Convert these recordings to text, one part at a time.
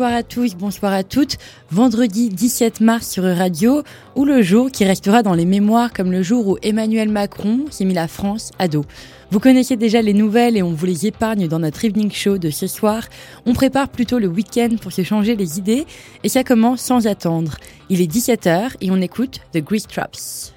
Bonsoir à tous, bonsoir à toutes. Vendredi 17 mars sur Radio, ou le jour qui restera dans les mémoires comme le jour où Emmanuel Macron s'est mis la France à dos. Vous connaissez déjà les nouvelles et on vous les épargne dans notre evening show de ce soir. On prépare plutôt le week-end pour se changer les idées et ça commence sans attendre. Il est 17h et on écoute The Grease Traps.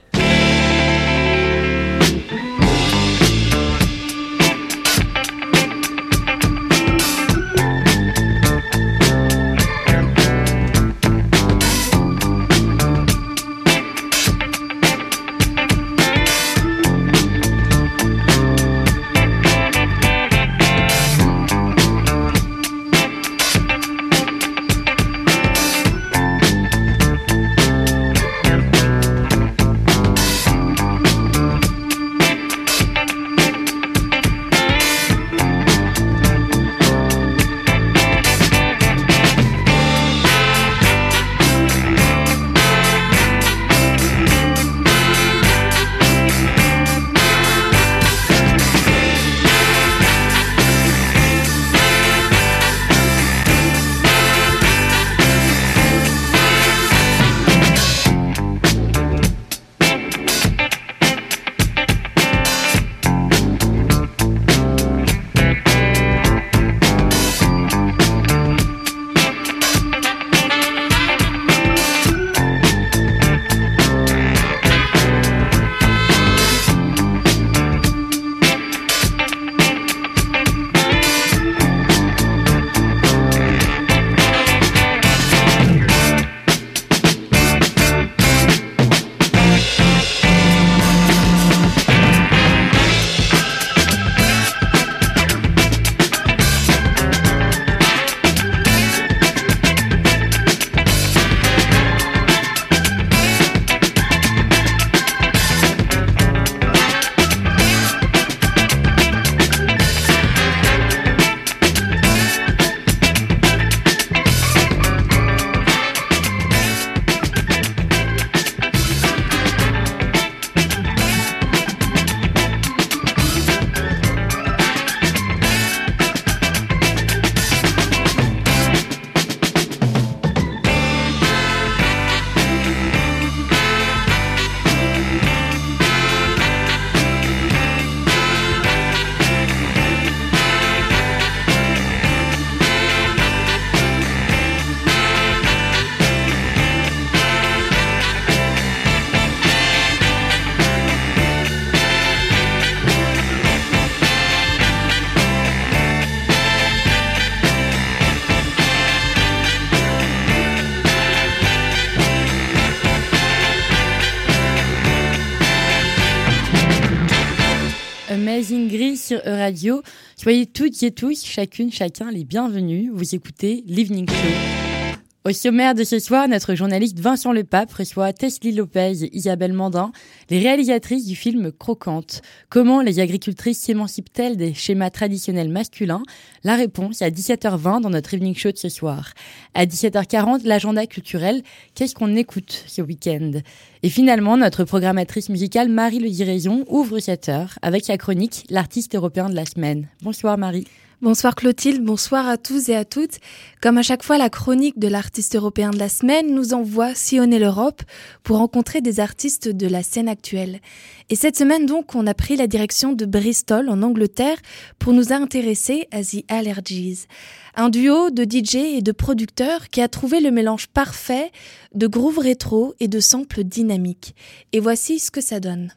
Amazing Grease sur Radio. Soyez toutes et tous, chacune, chacun, les bienvenus. Vous écoutez l'Evening Show. Au sommaire de ce soir, notre journaliste Vincent Lepape reçoit Teslie Lopez et Isabelle Mandin, les réalisatrices du film Croquante. Comment les agricultrices s'émancipent-elles des schémas traditionnels masculins ? La réponse est à 17h20 dans notre Evening Show de ce soir. À 17h40, l'agenda culturel. Qu'est-ce qu'on écoute ce week-end ? Et finalement, notre programmatrice musicale Marie Le Diraison ouvre cette heure avec sa chronique « L'artiste européen de la semaine ». Bonsoir Marie. Bonsoir Clotilde, bonsoir à tous et à toutes. Comme à chaque fois, la chronique de l'artiste européen de la semaine nous envoie sillonner l'Europe pour rencontrer des artistes de la scène actuelle. Et cette semaine donc, on a pris la direction de Bristol en Angleterre pour nous intéresser à The Allergies. Un duo de DJ et de producteurs qui a trouvé le mélange parfait de groove rétro et de samples dynamiques. Et voici ce que ça donne.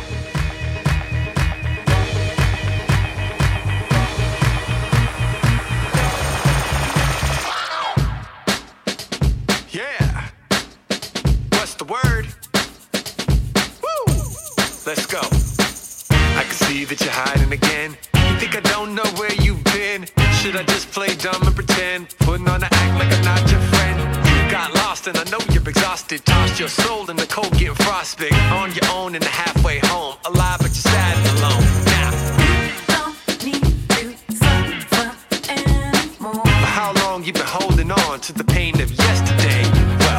The word. Woo! Let's go. I can see that you're hiding again. You think I don't know where you've been? Should I just play dumb and pretend? Putting on an act like I'm not your friend. You got lost and I know you're exhausted. Tossed your soul in the cold, getting frostbitten. On your own in the halfway home. Alive but you're sad and alone. Now you don't need to suffer anymore. For how long you been holding on to the pain of yesterday? Well,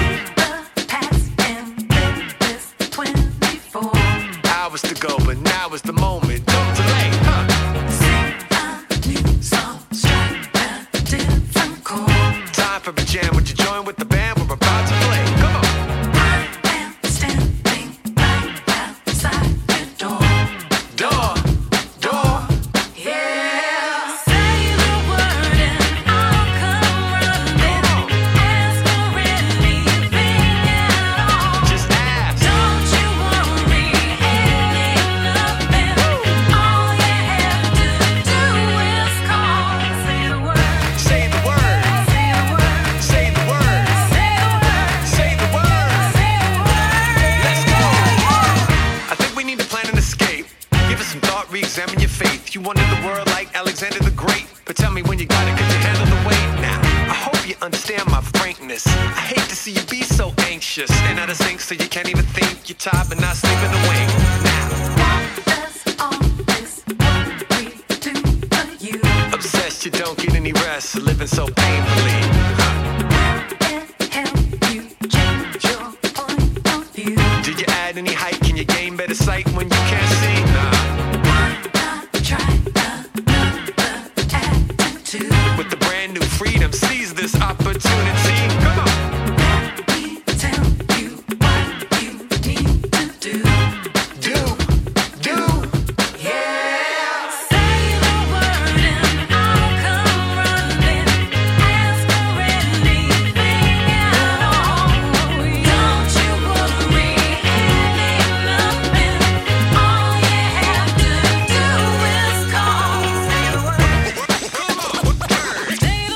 hours to go, but now is the moment. Don't delay, Sing a new song, strike a different chord. for a jam. Would you join with the band? We're about to play. Come on. I am standing right outside your door. Door, door. Yeah. Say the word and I'll come running. Ask for anything at all. Just ask. Don't you worry, ain't nothing. All you have to do is call. Say the word. Say the word. Say the word. Say the word. Say the word. Say the word. Say the word. Let's go. I think we need to plan an escape. Give it some thought, re-examine your faith. You wanted the world like Alexander the Great, but tell me when you got it, could you handle the weight? Now, I hope you understand my frankness. I hate to see you be so anxious and out of sync, so you can't even think. You're tired but not sleeping away. Now, What does all this worry do for you? obsessed, you don't get any rest, living so painfully. How the hell you change your point of view? Did you add any height? Can you gain better sight when you can't see? Nah. Why not try another attitude? With the brand new freedom, seize this opportunity. Come on. Let me tell you what you need to do. Do, do. Yeah. Say the word and I'll come running. Ask for anything at all. Don't you worry, ain't nothing. All you have to do is call. Say the word. Say the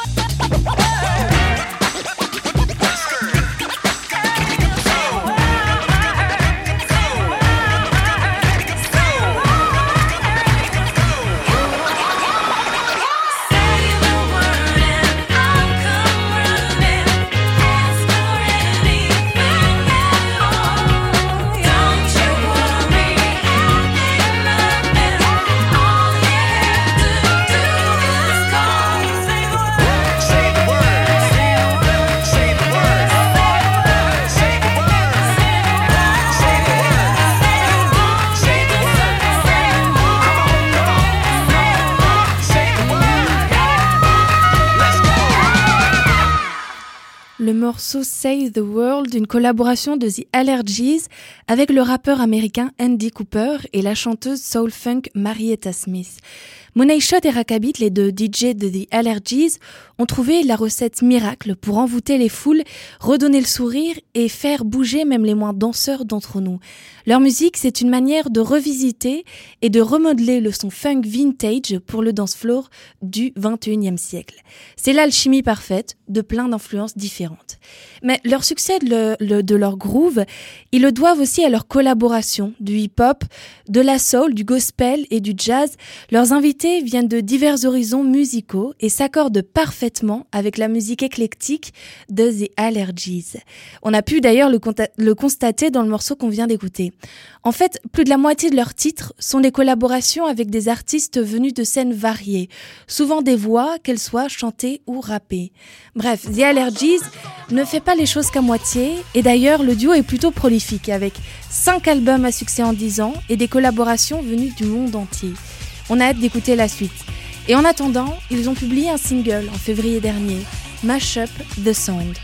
Say the word. Say the word. Say the word. Say the word. Say the word. Come on, come on. Say the word. Let's go. Le morceau Say the World, une collaboration de The Allergies avec le rappeur américain Andy Cooper et la chanteuse soul-funk Marietta Smith. Money Shot et Rakabit, les deux DJ de The Allergies, ont trouvé la recette miracle pour envoûter les foules, redonner le sourire et faire bouger même les moins danseurs d'entre nous. Leur musique, c'est une manière de revisiter et de remodeler le son funk vintage pour le dance floor du 21e siècle. C'est l'alchimie parfaite de plein d'influences différentes. Mais leur succès de leur groove, ils le doivent aussi à leur collaboration du hip-hop, de la soul, du gospel et du jazz. Leurs invités viennent de divers horizons musicaux et s'accordent parfaitement avec la musique éclectique de The Allergies. On a pu d'ailleurs le constater dans le morceau qu'on vient d'écouter. En fait, plus de la moitié de leurs titres sont des collaborations avec des artistes venus de scènes variées, souvent des voix, qu'elles soient chantées ou rappées. Bref, The Allergies ne fait pas les choses qu'à moitié, et d'ailleurs le duo est plutôt prolifique, avec 5 albums à succès en 10 ans et des collaborations venues du monde entier. On a hâte d'écouter la suite. Et en attendant, ils ont publié un single en février dernier, Mash Up the Sound.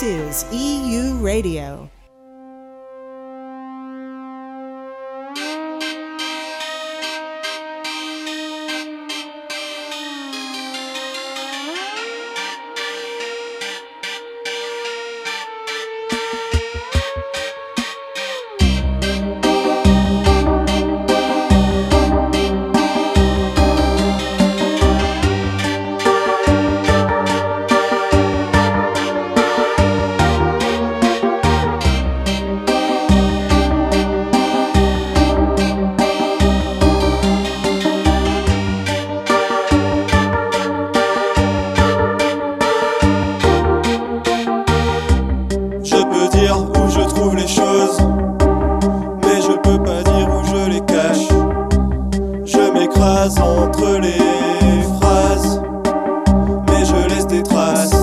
is EU Radio. Entre les phrases, mais je laisse des traces.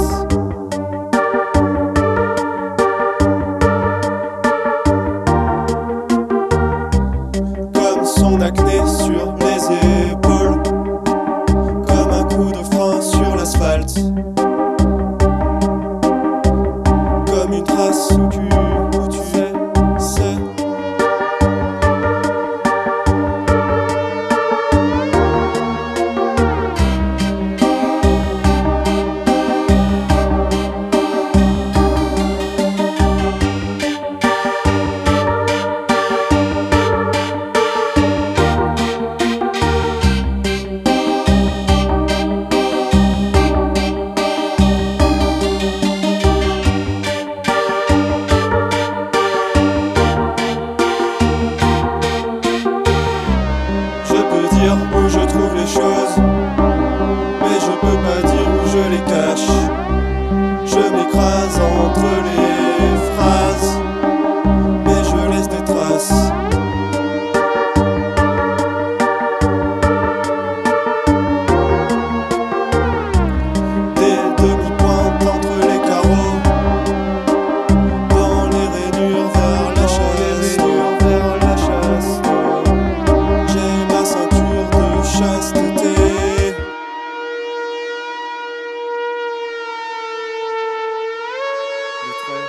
Comme son acné sur les épaules, comme un coup de frein sur l'asphalte, comme une trace où tu es, c'est. Où je trouve les choses, mais je peux pas dire où je les cache. Je m'écrase entre les phrases, mais je laisse des traces. Des demi-pointes entre les carreaux, dans les rainures vers la chasse, vers la chasse. J'ai ma ceinture de chasteté. Les traits.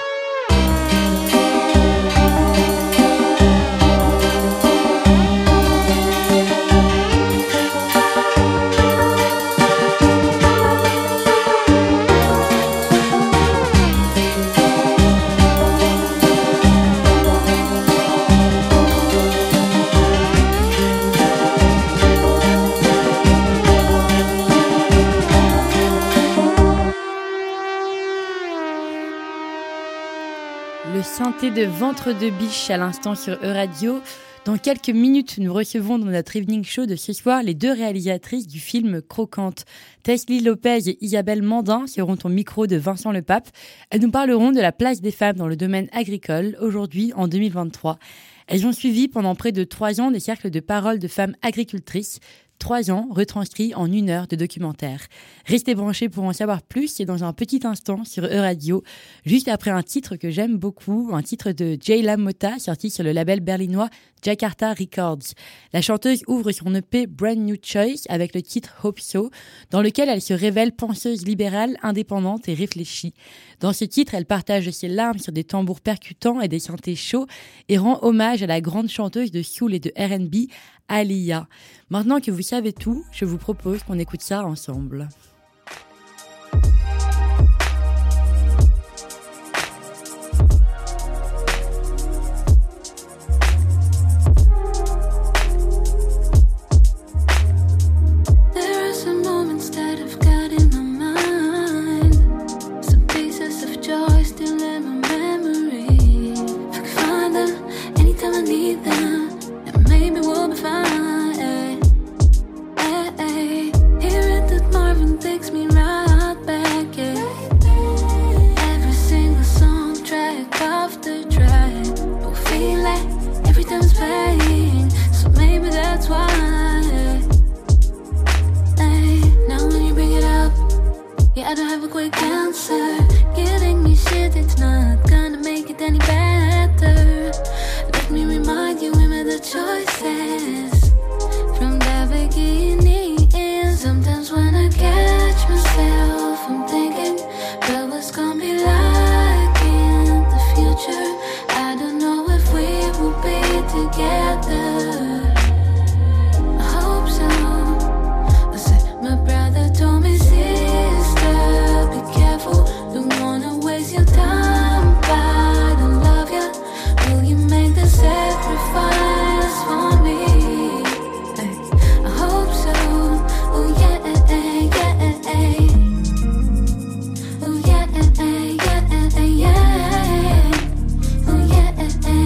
Le synthé de Ventre de Biche à l'instant sur E-Radio. Dans quelques minutes, nous recevons dans notre evening show de ce soir les deux réalisatrices du film Croquante. Teslie Lopez et Isabelle Mandin seront au micro de Vincent Le Pape. Elles nous parleront de la place des femmes dans le domaine agricole, aujourd'hui en 2023. Elles ont suivi pendant près de 3 ans des cercles de parole de femmes agricultrices. 3 ans retranscrits en 1 heure de documentaire. Restez branchés pour en savoir plus, c'est dans un petit instant sur E-Radio, juste après un titre que j'aime beaucoup, un titre de Jay LaMotta sorti sur le label berlinois Jakarta Records. La chanteuse ouvre son EP Brand New Choice avec le titre Hope So, dans lequel elle se révèle penseuse libérale, indépendante et réfléchie. Dans ce titre, elle partage ses larmes sur des tambours percutants et des synthés chauds et rend hommage à la grande chanteuse de soul et de R&B, Aaliyah. Maintenant que vous savez tout, je vous propose qu'on écoute ça ensemble. There are some moments that I've got in my mind, some pieces of joy still in my memory. If I can find them anytime I need them, then maybe we'll be fine. Here at that Marvin fight and love you? Will you make the sacrifice for me? I hope so. Oh yeah, yeah. Oh yeah, yeah. Oh yeah,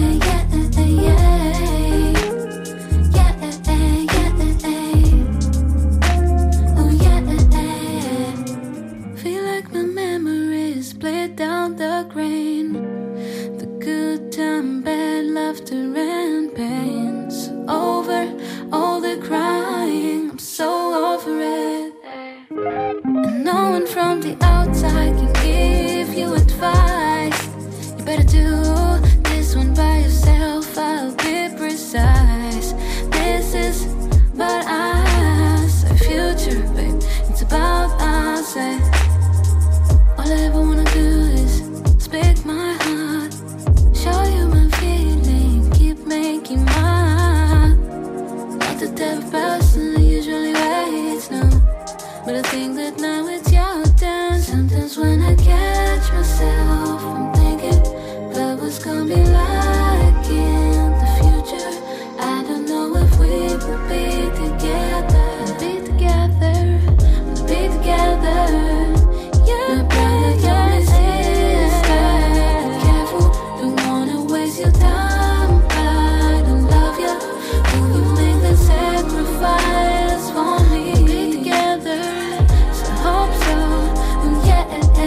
feel like my memories played down the grain. The good time, bad laughter and pains. Over all the crying, I'm so over it. And no one from the outside can give you advice. You better do this one by yourself, I'll be precise. This is about us, our future, babe. It's about us, eh? All I ever wanna do is speak my heart, show you my feeling, keep making mine. Not the type of person that usually waits, no. But I think that now it's your turn. Sometimes when I catch myself, I'm thinking that was gonna be like in the future. I don't know if we will be together. Be together, we'll be together. Yeah, brother, your sister. Be careful, don't wanna waste your time. I don't love you. Will you make the sacrifice for me? Be together, so I hope so. Oh yeah.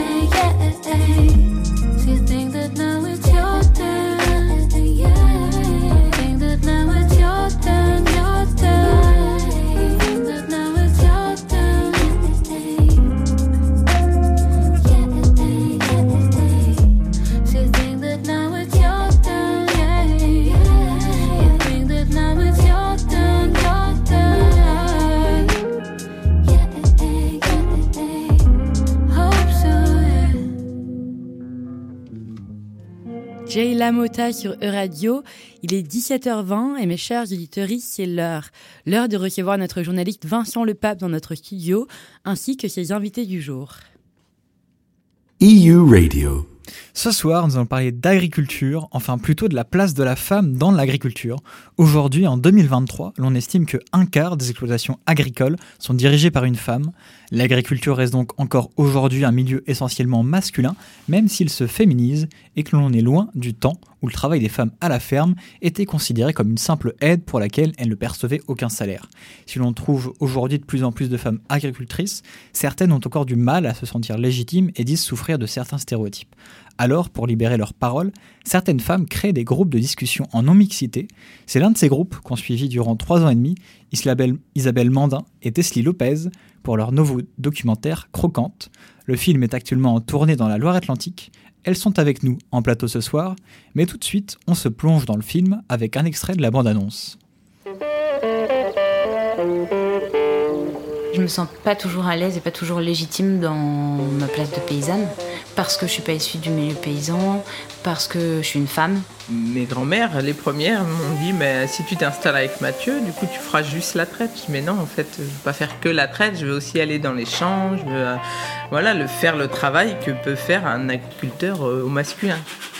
So you think that now it's your turn? Yeah. Think that now it's your turn, your turn. Think that now it's your turn. So you think that now it's your turn, yeah. You think that now it's your turn, your turn. Hope so, yeah. Jay Lamotta sur Euradio. Il est 17h20 et mes chers auditeurs, c'est l'heure. L'heure de recevoir notre journaliste Vincent Le Pape dans notre studio, ainsi que ses invités du jour. EU Radio. Ce soir, nous allons parler d'agriculture, enfin plutôt de la place de la femme dans l'agriculture. Aujourd'hui, en 2023, l'on estime que 1/4 des exploitations agricoles sont dirigées par une femme. L'agriculture reste donc encore aujourd'hui un milieu essentiellement masculin, même s'il se féminise et que l'on est loin du temps où le travail des femmes à la ferme était considéré comme une simple aide pour laquelle elles ne percevaient aucun salaire. Si l'on trouve aujourd'hui de plus en plus de femmes agricultrices, certaines ont encore du mal à se sentir légitimes et disent souffrir de certains stéréotypes. Alors, pour libérer leur parole, certaines femmes créent des groupes de discussion en non-mixité. C'est l'un de ces groupes qu'ont suivi durant 3 ans et demi Isabelle Mandin et Teslie Lopez pour leur nouveau documentaire Croquante. Le film est actuellement en tournée dans la Loire-Atlantique. Elles sont avec nous en plateau ce soir, mais tout de suite, on se plonge dans le film avec un extrait de la bande-annonce. Je me sens pas toujours à l'aise et pas toujours légitime dans ma place de paysanne, parce que je suis pas issue du milieu paysan, parce que je suis une femme. Mes grands-mères, les premières, m'ont dit mais si tu t'installes avec Mathieu, du coup tu feras juste la traite. Mais non, en fait, je veux pas faire que la traite, je veux aussi aller dans les champs, je veux faire le travail que peut faire un agriculteur au masculin.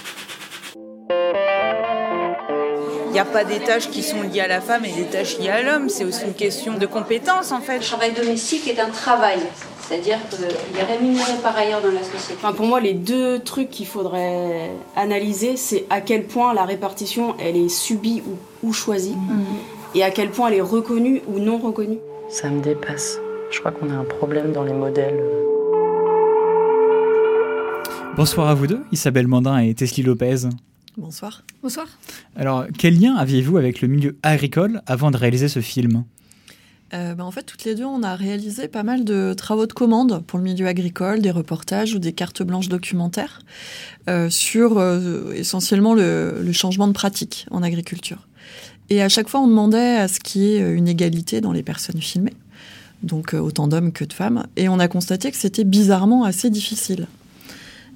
Il n'y a pas des tâches qui sont liées à la femme et des tâches liées à l'homme, c'est aussi une question de compétence en fait. Le travail domestique est un travail, c'est-à-dire qu'il est rémunéré par ailleurs dans la société. Enfin, pour moi, les deux trucs qu'il faudrait analyser, c'est à quel point la répartition elle est subie ou choisie, et à quel point elle est reconnue ou non reconnue. Ça me dépasse. Je crois qu'on a un problème dans les modèles. Bonsoir à vous deux, Isabelle Mandin et Teslie Lopez. Bonsoir. Bonsoir. Alors, quel lien aviez-vous avec le milieu agricole avant de réaliser ce film ? En fait, toutes les deux, on a réalisé pas mal de travaux de commande pour le milieu agricole, des reportages ou des cartes blanches documentaires sur essentiellement le changement de pratique en agriculture. Et à chaque fois, on demandait à ce qu'il y ait une égalité dans les personnes filmées, donc autant d'hommes que de femmes, et on a constaté que c'était bizarrement assez difficile.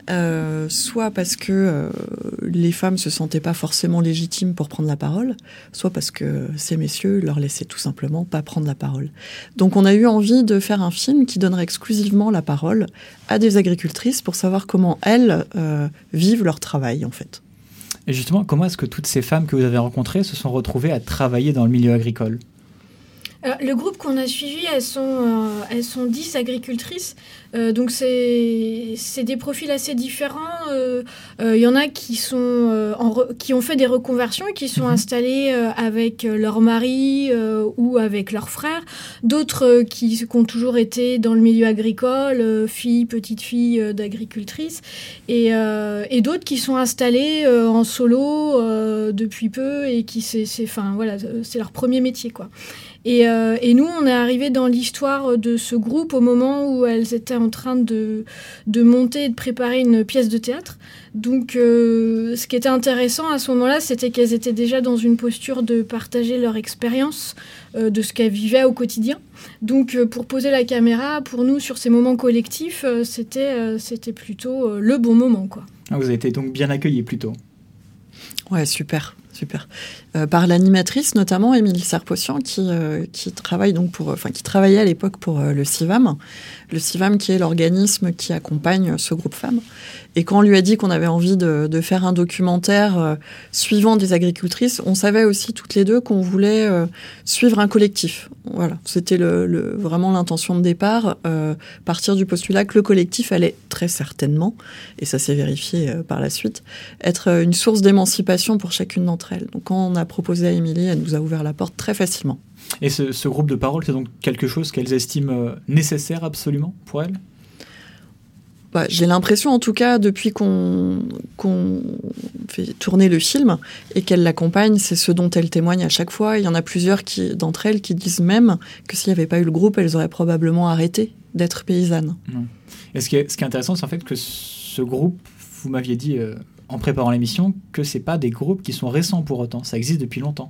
soit parce que les femmes se sentaient pas forcément légitimes pour prendre la parole, soit parce que ces messieurs leur laissaient tout simplement pas prendre la parole. Donc on a eu envie de faire un film qui donnerait exclusivement la parole à des agricultrices pour savoir comment elles vivent leur travail en fait. Et justement, comment est-ce que toutes ces femmes que vous avez rencontrées se sont retrouvées à travailler dans le milieu agricole ? Alors, le groupe qu'on a suivi, elles sont 10 agricultrices. Donc, c'est des profils assez différents. Y en a qui ont fait des reconversions et qui sont installées avec leur mari ou avec leurs frères. D'autres qui ont toujours été dans le milieu agricole, filles, petites filles d'agricultrices. Et d'autres qui sont installées en solo depuis peu et qui c'est leur premier métier, quoi. Et nous, on est arrivés dans l'histoire de ce groupe au moment où elles étaient en train de monter et de préparer une pièce de théâtre. Donc, ce qui était intéressant à ce moment-là, c'était qu'elles étaient déjà dans une posture de partager leur expérience de ce qu'elles vivaient au quotidien. Donc, pour poser la caméra, pour nous, sur ces moments collectifs, c'était plutôt le bon moment, quoi. Ah, vous avez été donc bien accueillis plutôt. Ouais, super. Par l'animatrice notamment Émilie Serpotian qui travaille donc qui travaillait à l'époque pour le CIVAM qui est l'organisme qui accompagne ce groupe femmes. Et quand on lui a dit qu'on avait envie de faire un documentaire suivant des agricultrices, on savait aussi toutes les deux qu'on voulait suivre un collectif. Voilà, c'était vraiment l'intention de départ, partir du postulat que le collectif allait très certainement, et ça s'est vérifié par la suite, être une source d'émancipation pour chacune d'entre elles. Donc quand on a proposé à Émilie, elle nous a ouvert la porte très facilement. Et ce groupe de parole, c'est donc quelque chose qu'elles estiment nécessaire absolument pour elles ? J'ai l'impression, en tout cas, depuis qu'on fait tourner le film et qu'elle l'accompagne, c'est ce dont elle témoigne à chaque fois. Il y en a plusieurs d'entre elles qui disent même que s'il n'y avait pas eu le groupe, elles auraient probablement arrêté d'être paysannes. Et ce qui est intéressant, c'est en fait que ce groupe, vous m'aviez dit en préparant l'émission, que ce n'est pas des groupes qui sont récents pour autant. Ça existe depuis longtemps.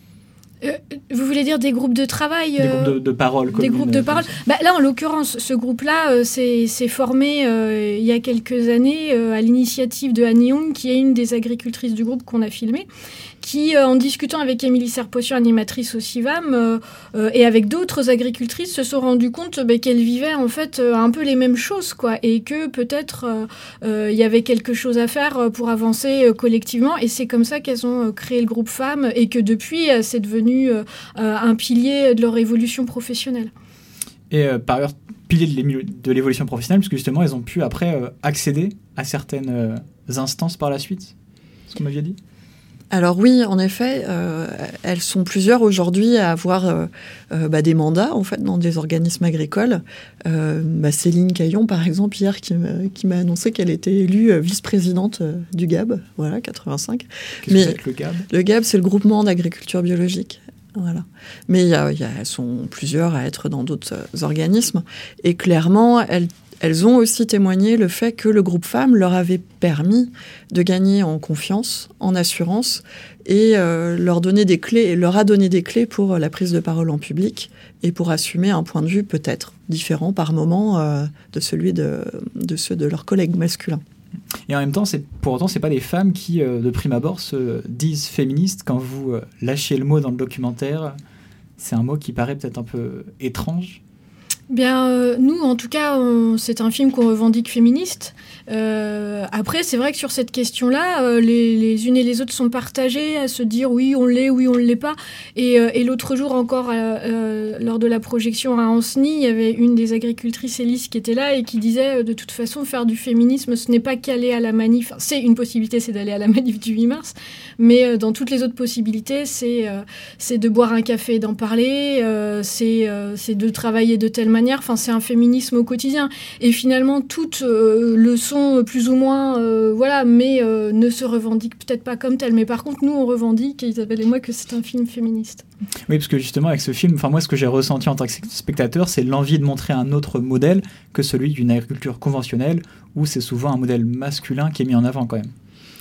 Vous voulez dire des groupes de travail Des groupes de parole. Des groupes de parole. Là, en l'occurrence, ce groupe-là s'est formé il y a quelques années à l'initiative de Annie Young, qui est une des agricultrices du groupe qu'on a filmé, qui, en discutant avec Émilie Serpotian, animatrice au CIVAM, et avec d'autres agricultrices, se sont rendues compte qu'elles vivaient en fait un peu les mêmes choses, quoi, et que peut-être il y avait quelque chose à faire pour avancer collectivement. Et c'est comme ça qu'elles ont créé le groupe Femmes, et que depuis, c'est devenu un pilier de leur évolution professionnelle. Et par ailleurs, pilier de l'évolution professionnelle, parce que justement, elles ont pu après accéder à certaines instances par la suite. C'est ce qu'on m'avait dit. Alors oui, en effet, elles sont plusieurs aujourd'hui à avoir des mandats en fait dans des organismes agricoles. Céline Caillon, par exemple, hier, qui m'a annoncé qu'elle était élue vice-présidente du GAB, voilà, 85. Qu'est-ce que c'est que le GAB ? Le GAB, c'est le groupement d'agriculture biologique. Voilà. Mais elles sont plusieurs à être dans d'autres organismes. Et clairement, elles ont aussi témoigné le fait que le groupe Femmes leur avait permis de gagner en confiance, en assurance, et leur a donné des clés pour la prise de parole en public et pour assumer un point de vue peut-être différent par moment de celui de ceux de leurs collègues masculins. Et en même temps, pour autant, c'est pas des femmes qui, de prime abord, se disent féministes. Quand vous lâchez le mot dans le documentaire, c'est un mot qui paraît peut-être un peu étrange. Bien, nous, en tout cas, c'est un film qu'on revendique féministe. Après, c'est vrai que sur cette question-là, les unes et les autres sont partagées à se dire oui, on l'est, oui, on ne l'est pas. Et l'autre jour encore, lors de la projection à Ancenis, il y avait une des agricultrices, Élise, qui était là et qui disait de toute façon, faire du féminisme, ce n'est pas qu'aller à la manif. Enfin, c'est une possibilité, c'est d'aller à la manif du 8 mars. Mais dans toutes les autres possibilités, c'est de boire un café et d'en parler, c'est de travailler de telle manière. Enfin, c'est un féminisme au quotidien. Et finalement, toutes le sont plus ou moins, mais ne se revendiquent peut-être pas comme telles. Mais par contre, nous, on revendique, Isabelle et moi, que c'est un film féministe. Oui, parce que justement, avec ce film, moi, ce que j'ai ressenti en tant que spectateur, c'est l'envie de montrer un autre modèle que celui d'une agriculture conventionnelle, où c'est souvent un modèle masculin qui est mis en avant quand même.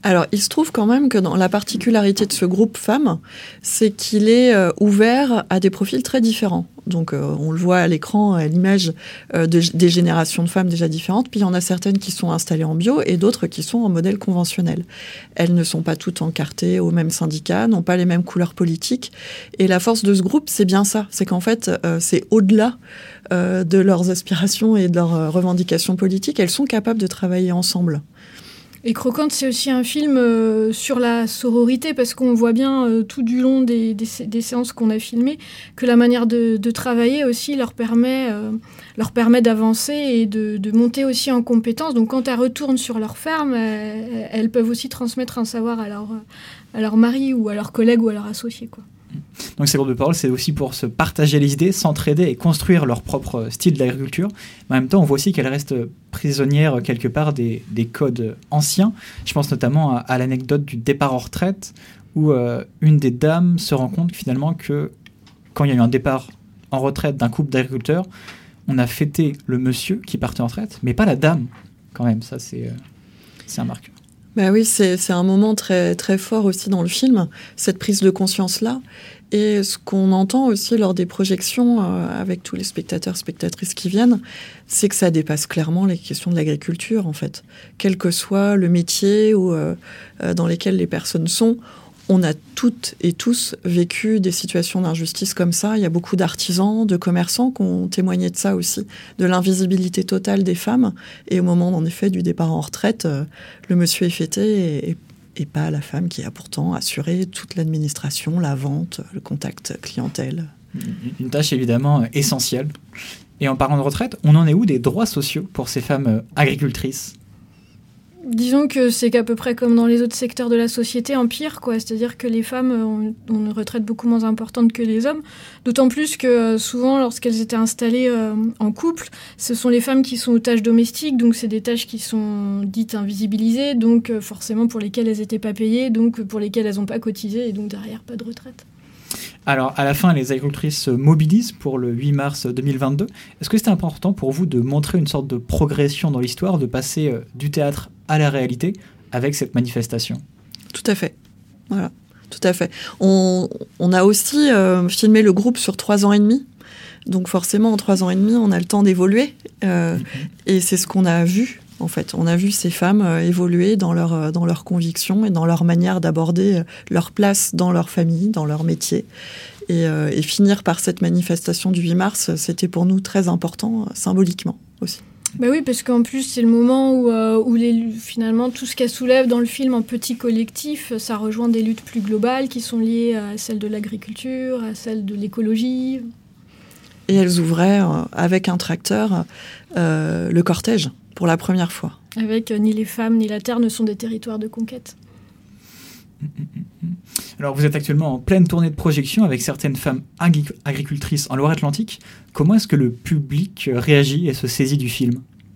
Alors, il se trouve quand même que dans la particularité de ce groupe femmes, c'est qu'il est ouvert à des profils très différents. Donc, on le voit à l'écran, à l'image des générations de femmes déjà différentes. Puis, il y en a certaines qui sont installées en bio et d'autres qui sont en modèle conventionnel. Elles ne sont pas toutes encartées au même syndicat, n'ont pas les mêmes couleurs politiques. Et la force de ce groupe, c'est bien ça. C'est qu'en fait, c'est au-delà de leurs aspirations et de leurs revendications politiques. Elles sont capables de travailler ensemble. Et Croquante, c'est aussi un film sur la sororité, parce qu'on voit bien tout du long des séances qu'on a filmées que la manière de travailler aussi leur permet d'avancer et de monter aussi en compétences. Donc quand elles retournent sur leur ferme, elles peuvent aussi transmettre un savoir à leur mari ou à leurs collègues ou à leurs associés, quoi. Donc ces groupes de parole, c'est aussi pour se partager les idées, s'entraider et construire leur propre style d'agriculture. Mais en même temps, on voit aussi qu'elles restent prisonnières quelque part des codes anciens. Je pense notamment à l'anecdote du départ en retraite, où une des dames se rend compte finalement que quand il y a eu un départ en retraite d'un couple d'agriculteurs, on a fêté le monsieur qui partait en retraite, mais pas la dame quand même. Ça, c'est un marqueur. Ben oui, c'est un moment très, très fort aussi dans le film, cette prise de conscience-là. Et ce qu'on entend aussi lors des projections avec tous les spectateurs, spectatrices qui viennent, c'est que ça dépasse clairement les questions de l'agriculture, en fait. Quel que soit le métier ou dans lesquels les personnes sont, on a toutes et tous vécu des situations d'injustice comme ça. Il y a beaucoup d'artisans, de commerçants qui ont témoigné de ça aussi, de l'invisibilité totale des femmes. Et au moment, en effet, du départ en retraite, le monsieur est fêté et pas la femme qui a pourtant assuré toute l'administration, la vente, le contact clientèle. Une tâche évidemment essentielle. Et en parlant de retraite, on en est où des droits sociaux pour ces femmes agricultrices ? Disons que c'est qu'à peu près comme dans les autres secteurs de la société, en pire, quoi. C'est-à-dire que les femmes ont une retraite beaucoup moins importante que les hommes. D'autant plus que souvent, lorsqu'elles étaient installées en couple, ce sont les femmes qui sont aux tâches domestiques. Donc, c'est des tâches qui sont dites invisibilisées. Donc, forcément, pour lesquelles elles n'étaient pas payées. Donc, pour lesquelles elles n'ont pas cotisé. Et donc, derrière, pas de retraite. Alors, à la fin, les agricultrices se mobilisent pour le 8 mars 2022. Est-ce que c'était important pour vous de montrer une sorte de progression dans l'histoire, de passer du théâtre à la réalité avec cette manifestation ? Tout à fait. Voilà, tout à fait. On a aussi filmé le groupe sur 3 ans et demi. Donc forcément, en 3 ans et demi, on a le temps d'évoluer. Et c'est ce qu'on a vu. En fait, on a vu ces femmes évoluer dans leurs convictions et dans leur manière d'aborder leur place dans leur famille, dans leur métier. Et finir par cette manifestation du 8 mars, c'était pour nous très important, symboliquement aussi. Bah oui, parce qu'en plus, c'est le moment où finalement, tout ce qu'elle soulève dans le film en petit collectif, ça rejoint des luttes plus globales qui sont liées à celles de l'agriculture, à celles de l'écologie. Et elles ouvraient, avec un tracteur, le cortège. Pour la première fois. Avec ni les femmes ni la terre ne sont des territoires de conquête. Alors vous êtes actuellement en pleine tournée de projection avec certaines femmes agricultrices en Loire-Atlantique. Comment est-ce que le public réagit et se saisit du film ?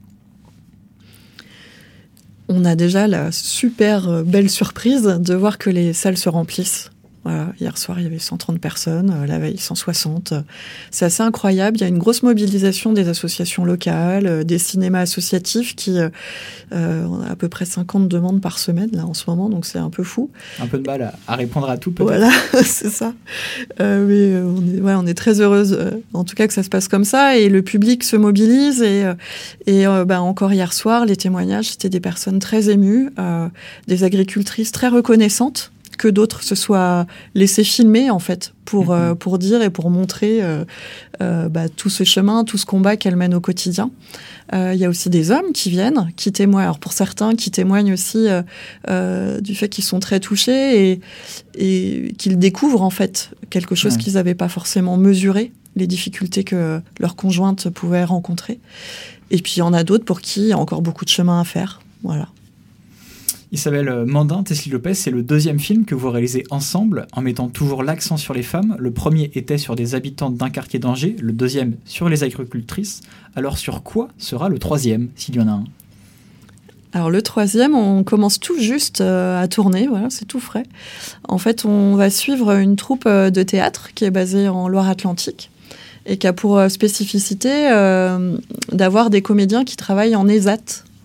On a déjà la super belle surprise de voir que les salles se remplissent. Voilà, hier soir, il y avait 130 personnes, la veille 160. C'est assez incroyable. Il y a une grosse mobilisation des associations locales, des cinémas associatifs qui on a à peu près 50 demandes par semaine là en ce moment, donc c'est un peu fou. Un peu de mal à répondre à tout, peut-être. Voilà, c'est ça. Mais on est très heureuse, en tout cas que ça se passe comme ça, et le public se mobilise. Et encore hier soir, les témoignages, c'était des personnes très émues, des agricultrices très reconnaissantes que d'autres se soient laissés filmer, en fait, pour dire et pour montrer tout ce chemin, tout ce combat qu'elles mènent au quotidien. Il y a aussi des hommes qui viennent, qui témoignent. Alors pour certains, qui témoignent aussi du fait qu'ils sont très touchés et qu'ils découvrent, en fait, quelque chose qu'ils n'avaient pas forcément mesuré, les difficultés que leur conjointe pouvait rencontrer. Et puis il y en a d'autres pour qui il y a encore beaucoup de chemin à faire. Voilà. Isabelle Mandin, Teslie Lopez, c'est le 2e film que vous réalisez ensemble, en mettant toujours l'accent sur les femmes. Le premier était sur des habitantes d'un quartier d'Angers, le 2e sur les agricultrices. Alors sur quoi sera le 3e, s'il y en a un ? Alors le 3e, on commence tout juste à tourner, voilà, c'est tout frais. En fait, on va suivre une troupe de théâtre qui est basée en Loire-Atlantique et qui a pour spécificité d'avoir des comédiens qui travaillent en ESAT.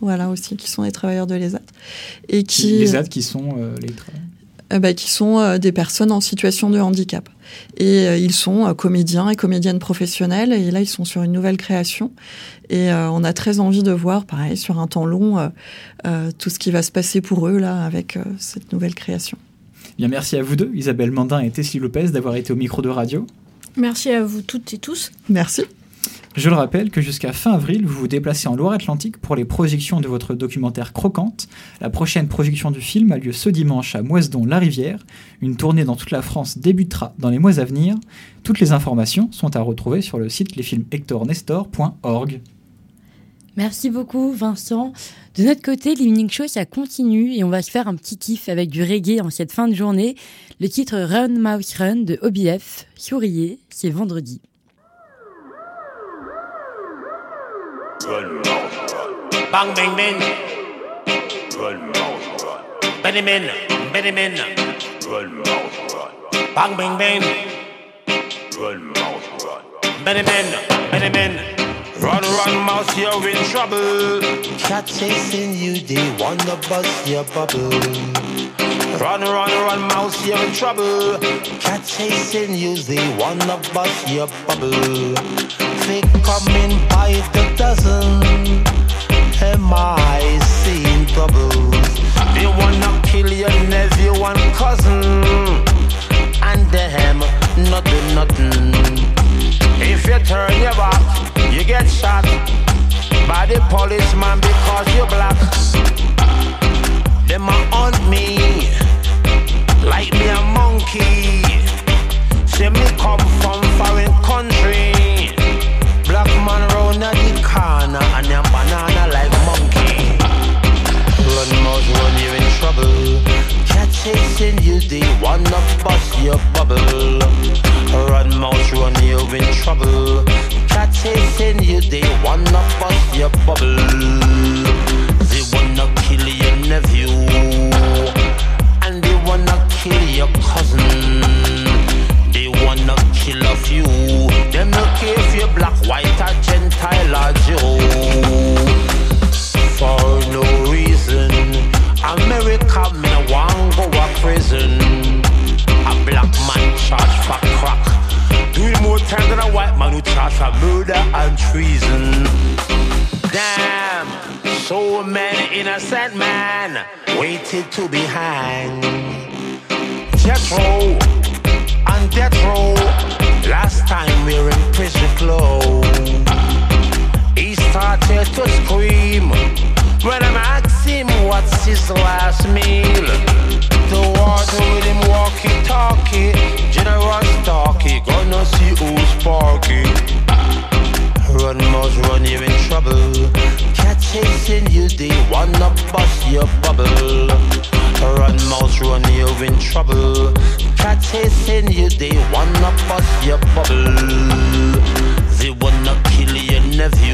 voilà aussi, qui sont des travailleurs de l'ESAT. Et qui, les ESAT qui sont les travailleurs qui sont des personnes en situation de handicap. Et ils sont comédiens et comédiennes professionnelles, et là ils sont sur une nouvelle création. Et on a très envie de voir, pareil, sur un temps long, tout ce qui va se passer pour eux là avec cette nouvelle création. Bien, merci à vous deux, Isabelle Mandin et Tessie Lopez, d'avoir été au micro de radio. Merci à vous toutes et tous. Merci. Je le rappelle que jusqu'à fin avril, vous vous déplacez en Loire-Atlantique pour les projections de votre documentaire Croquante. La prochaine projection du film a lieu ce dimanche à Moisdon-la-Rivière. Une tournée dans toute la France débutera dans les mois à venir. Toutes les informations sont à retrouver sur le site lesfilmshectornestor.org. Merci beaucoup Vincent. De notre côté, l'Evening Show, ça continue et on va se faire un petit kiff avec du reggae en cette fin de journée. Le titre Run Mouse Run de OBF, souriez, c'est vendredi. Run, mouse, run. Bang, bang, bang. Run, mouse, run. Benny men, Benny men. Run, mouse, run. Bang, bang, bang. Run, mouse, run. Benny men, Benny men. Run, run, mouse, you're in trouble. Cat chasing you, they wanna bust your bubble. Run, run, run, mouse, you're in trouble. Cat chasing you, they wanna bust your bubble. They coming by the dozen. Am I seeing troubles? They wanna kill your nephew and cousin. And them, nothing, nothing. If you turn your back, you get shot by the policeman because you're black. Them a hunt me like me a monkey. Say me come from foreign country. Black man round at the corner and a banana like monkey. Run, mouse, run, you're in trouble. Cat chasing you, they wanna bust your bubble. Run, mouse, run, you're in trouble. Cat chasing you, they wanna bust your bubble. They wanna kill your nephew and they wanna kill your cousin. They wanna kill a few. Them no care if you're black, white or Gentile or Jew. For no reason, America me want go a prison. A black man charged for crack, doing more time than a white man who charged for murder and treason. Damn, so many innocent men waited to be hanged. Jethro and death row. Last time we were in prison clothes. He started to scream when I asked him what's his last meal. The water with him walkie-talkie, generous talkie, gonna see who's sparky. Run, mouse, run, you're in trouble. Cat chasing you, they wanna bust your bubble. Run, mouse, run, you're in trouble. Cat chasing you, they wanna bust your bubble. They wanna kill your nephew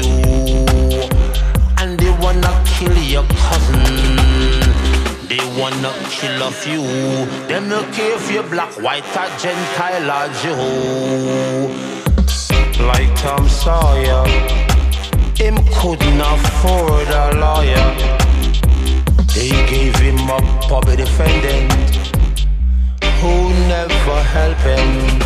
and they wanna kill your cousin. They wanna kill a few. Them no care if you're black, white or Gentile or Jew. Like Tom Sawyer, him couldn't afford a lawyer. They gave him a public defendant who never helped him,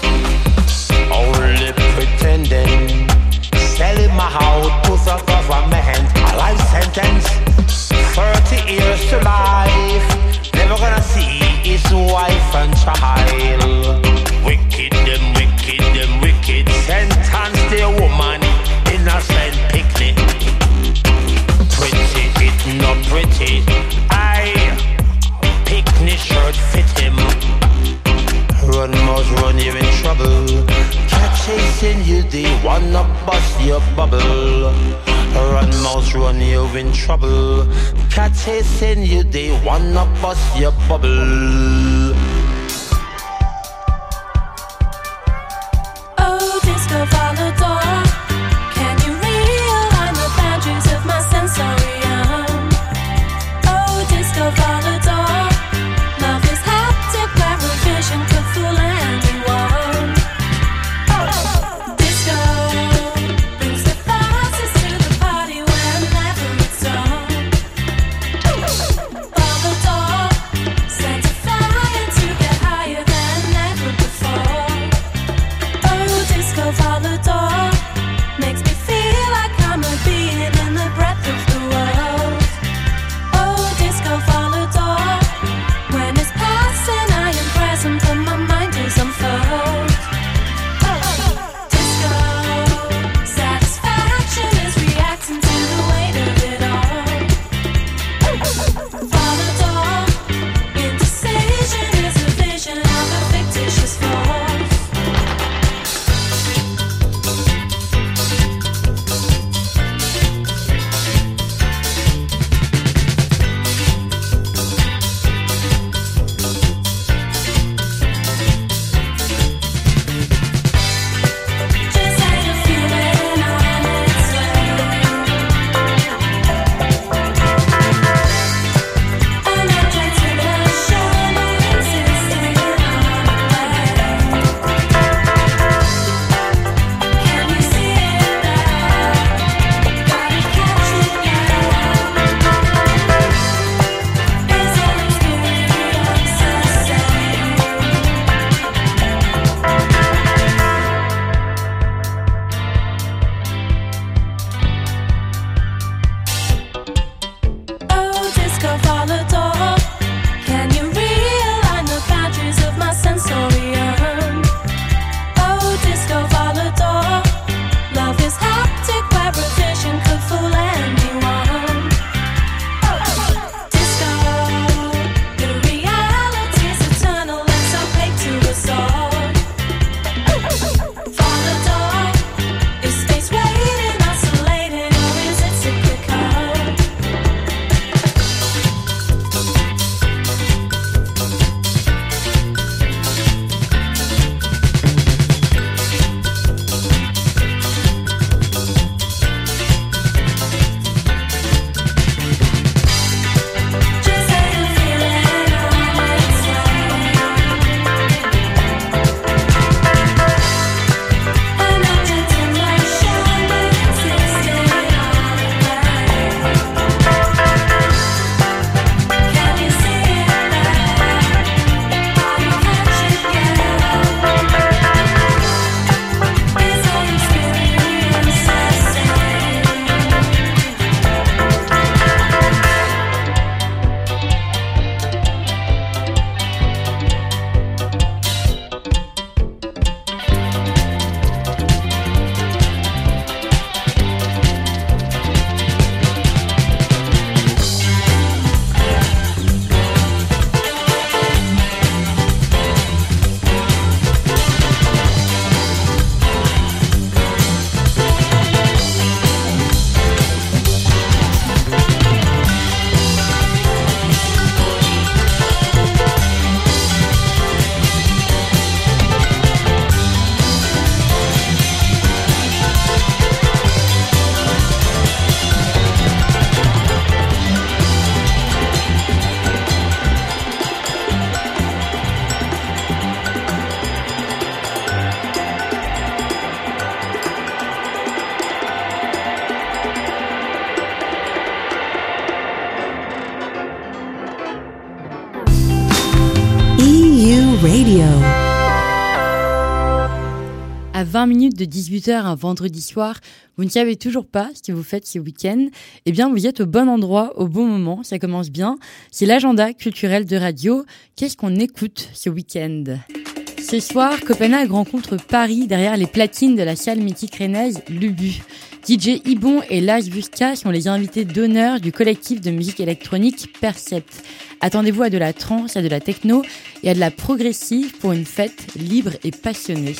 only pretending. Sell him out to the government, a life sentence, 30 years to life. Never gonna see his wife and child. Wicked them, wicked them, wicked. Sentence the woman, innocent picnic. Pretty, it not pretty. Picnic shirt fit him. Run, mouse, run, you're in trouble. Cat chasing you, they wanna bust your bubble. Run, mouse, run, you're in trouble. Cat chasing you, they wanna bust your bubble. Oh, disco Volador, can you realign the boundaries of my sensorium? Oh, disco Volador, love is haptic where a vision could fool anyone. Disco brings the fastest to the party whenever it's on. Radio. À 20 minutes de 18h un vendredi soir, vous ne savez toujours pas ce que vous faites ce week-end, eh bien vous êtes au bon endroit, au bon moment, ça commence bien. C'est l'agenda culturel de radio. Qu'est-ce qu'on écoute ce week-end ? Ce soir, Copenhague rencontre Paris derrière les platines de la salle mythique rennaise Lubu. DJ Ibon et Lars Vuska sont les invités d'honneur du collectif de musique électronique Percept. Attendez-vous à de la trance, à de la techno et à de la progressive pour une fête libre et passionnée.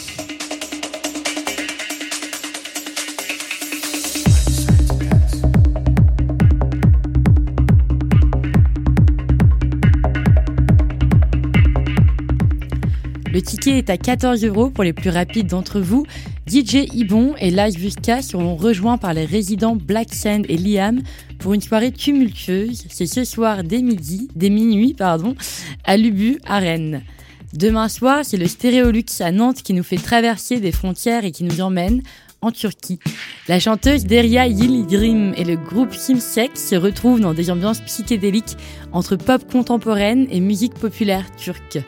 Le ticket est à 14 € pour les plus rapides d'entre vous. DJ Ibon et Lars Vuska seront rejoints par les résidents Black Sand et Liam pour une soirée tumultueuse. C'est ce soir dès minuit, à Lubu, à Rennes. Demain soir, c'est le Stéréolux à Nantes qui nous fait traverser des frontières et qui nous emmène en Turquie. La chanteuse Derya Yıldırım et le groupe Şimşek se retrouvent dans des ambiances psychédéliques entre pop contemporaine et musique populaire turque.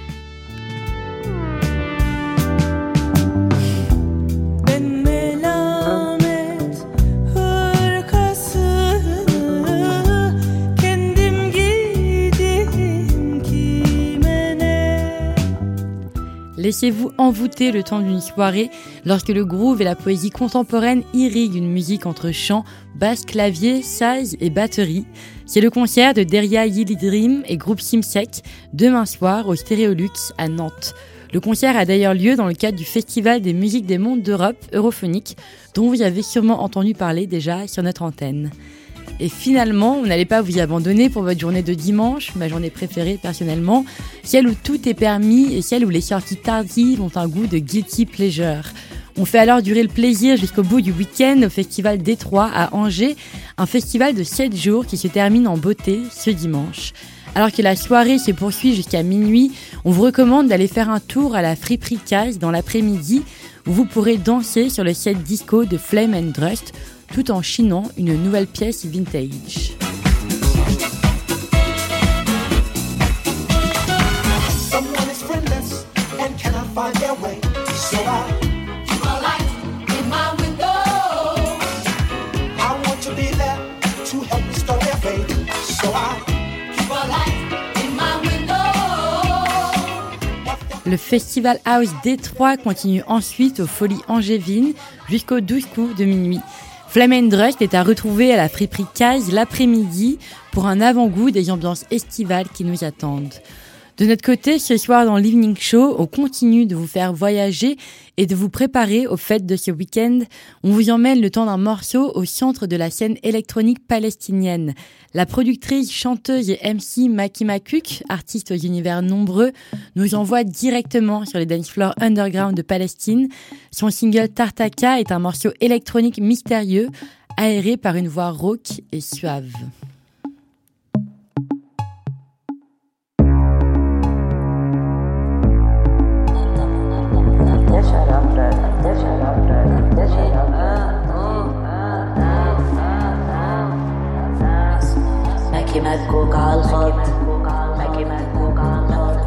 Laissez-vous envoûter le temps d'une soirée lorsque le groove et la poésie contemporaine irriguent une musique entre chant, basse, clavier, saz et batterie. C'est le concert de Derya Yıldırım et groupe Şimşek demain soir au Stéréolux à Nantes. Le concert a d'ailleurs lieu dans le cadre du Festival des musiques des mondes d'Europe Europhonique, dont vous avez sûrement entendu parler déjà sur notre antenne. Et finalement, vous n'allez pas vous abandonner pour votre journée de dimanche, ma journée préférée personnellement, celle où tout est permis et celle où les sorties tardives ont un goût de guilty pleasure. On fait alors durer le plaisir jusqu'au bout du week-end au Festival Détroit à Angers, un festival de 7 jours qui se termine en beauté ce dimanche. Alors que la soirée se poursuit jusqu'à minuit, on vous recommande d'aller faire un tour à la friperie Case dans l'après-midi où vous pourrez danser sur le set disco de Flame and Rust tout en chinant une nouvelle pièce vintage. Le Festival House Détroit continue ensuite aux Folies Angevines jusqu'au 12 coups de minuit. Flame and Rust est à retrouver à la friperie Case l'après-midi pour un avant-goût des ambiances estivales qui nous attendent. De notre côté, ce soir dans l'Evening Show, on continue de vous faire voyager et de vous préparer aux fêtes de ce week-end. On vous emmène le temps d'un morceau au centre de la scène électronique palestinienne. La productrice, chanteuse et MC Maki Makuk, artiste aux univers nombreux, nous envoie directement sur les dance floors underground de Palestine. Son single Tartaka est un morceau électronique mystérieux, aéré par une voix rauque et suave. ماكي مكوك عالخط ماكي مكوك عالخط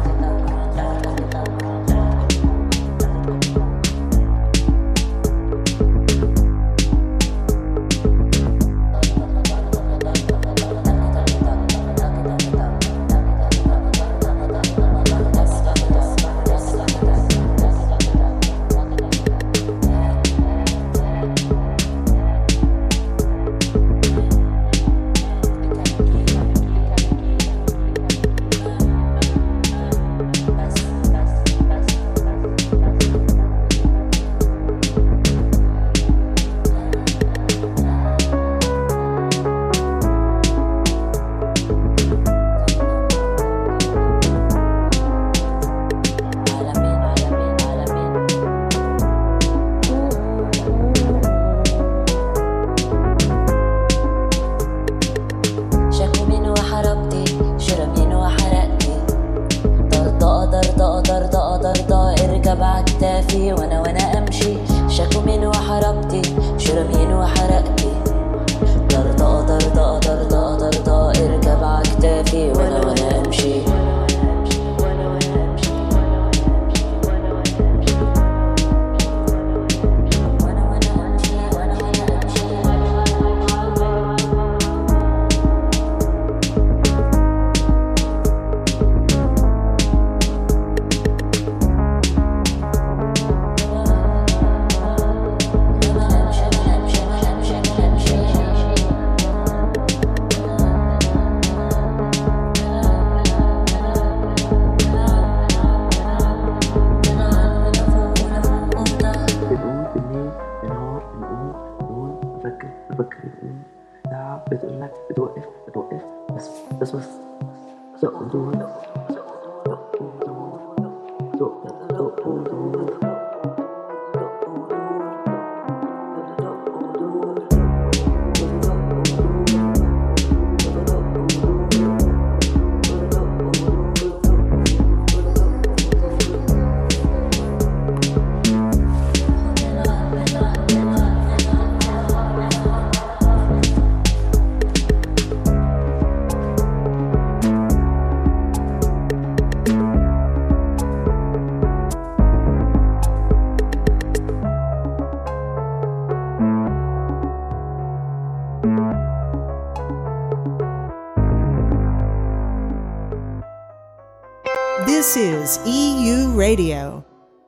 This is EU Radio.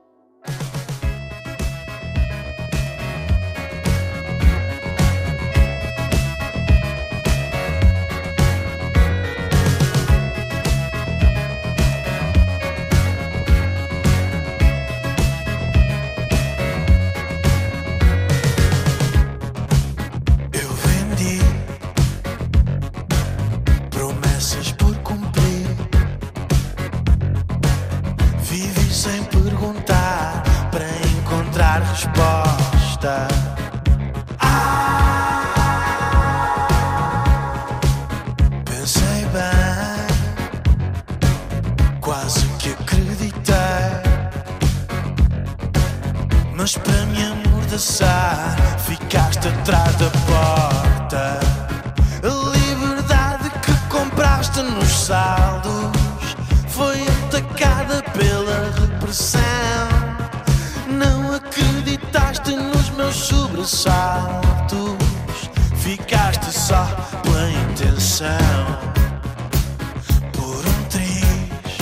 Mas para me amordaçar, ficaste atrás da porta. A liberdade que compraste nos saldos foi atacada pela repressão. Não acreditaste nos meus sobressaltos, ficaste só pela intenção. Por um triz,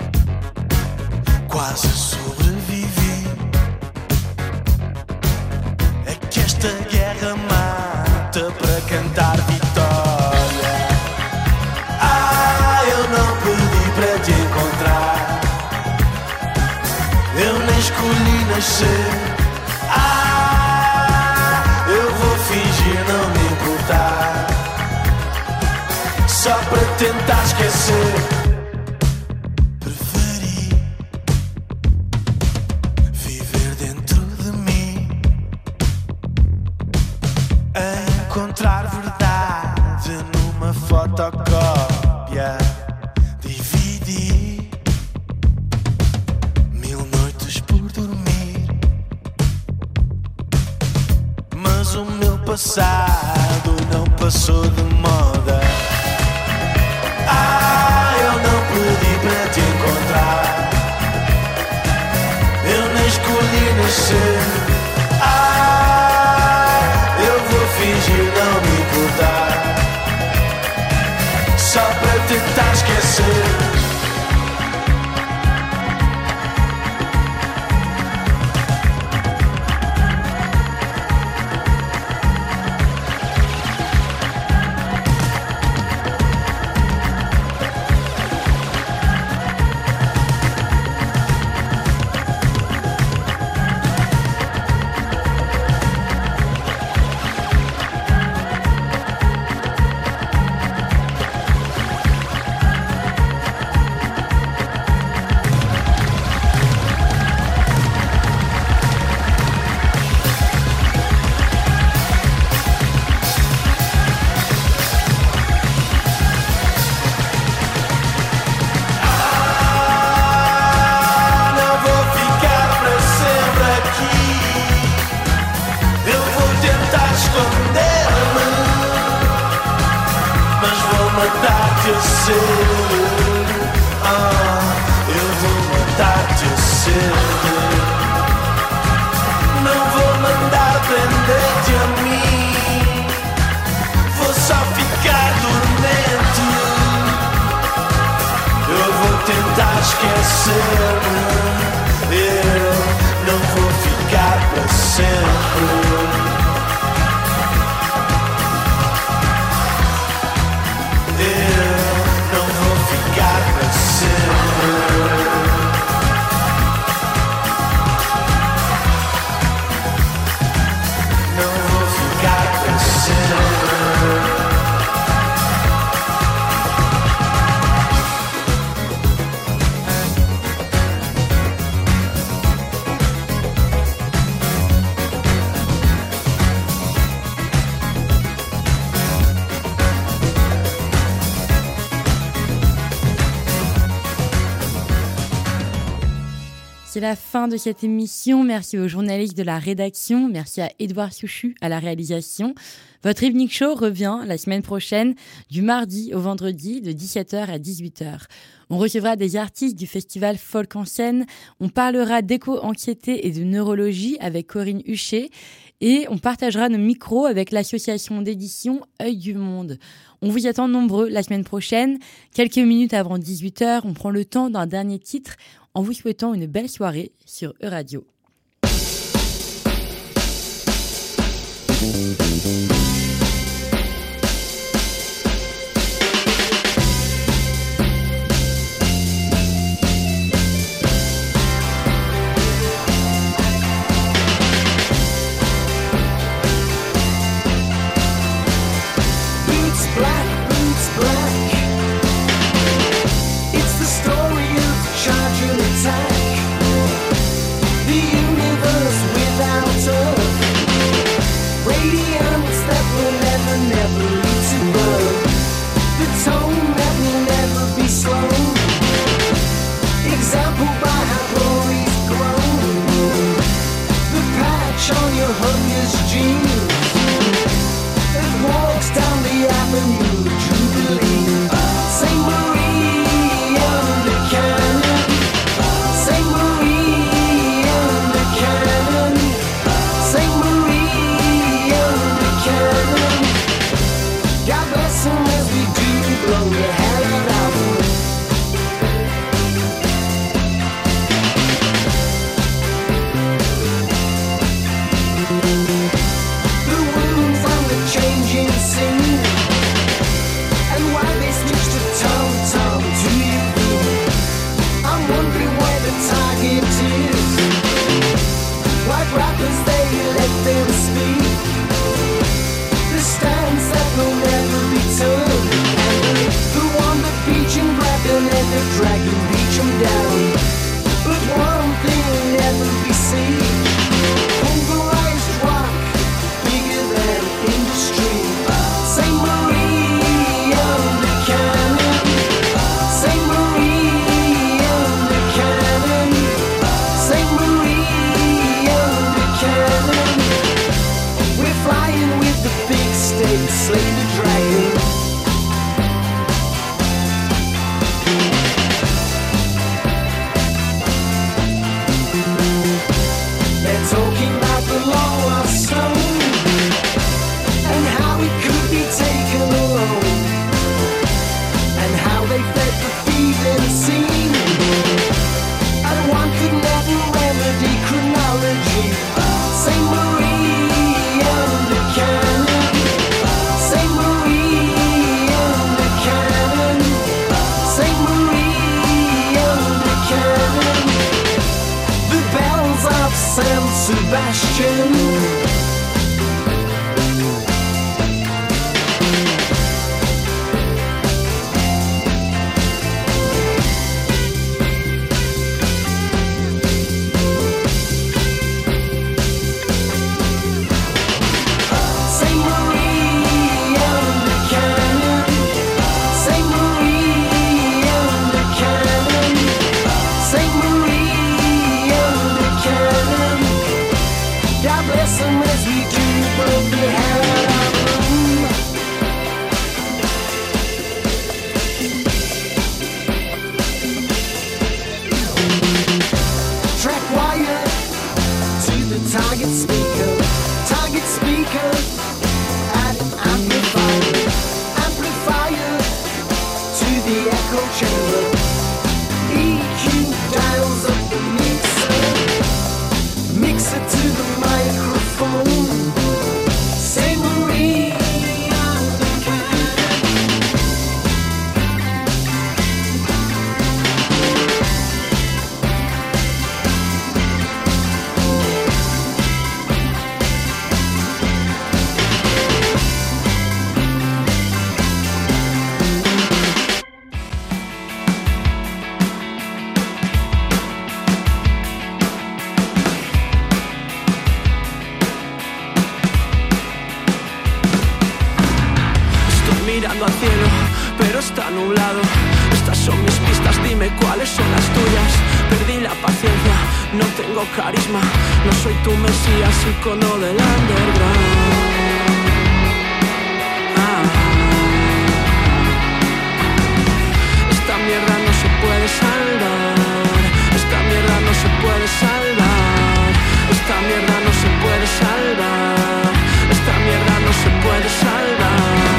quase sobrevivi. É que esta guerra mata para cantar vitória. Ah, eu não pedi para te encontrar, eu nem escolhi nascer. Ah, eu vou fingir não me importar, só para tentar esquecer. Preferi viver dentro de mim, a encontrar verdade numa fotocópia. Dividi 1000 noites por dormir, mas o meu passado não passou de moda. Ah, eu não pedi para te encontrar, eu nem escolhi nascer. Ah, eu vou fingir não me importar, só para tentar esquecer. C'est la fin de cette émission. Merci aux journalistes de la rédaction. Merci à Édouard Souchu à la réalisation. Votre Evening Show revient la semaine prochaine, du mardi au vendredi, de 17h à 18h. On recevra des artistes du festival Folk en scène. On parlera d'éco-anxiété et de neurologie avec Corinne Huchet. Et on partagera nos micros avec l'association d'édition Œil du Monde. On vous y attend nombreux la semaine prochaine. Quelques minutes avant 18h, on prend le temps d'un dernier titre en vous souhaitant une belle soirée sur Euradio. God bless them. carisma. No soy tu mesías, icono del underground. Esta mierda no se puede salvar. Esta mierda no se puede salvar. Esta mierda no se puede salvar. Esta mierda no se puede salvar.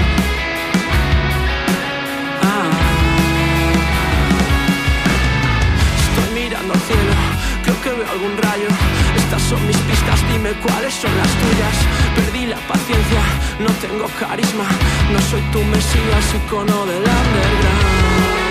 Estoy mirando al cielo, creo que veo algún rayo. Estas son mis pistas, dime cuáles son las tuyas. Perdí la paciencia, no tengo carisma. No soy tu mesías, icono del underground.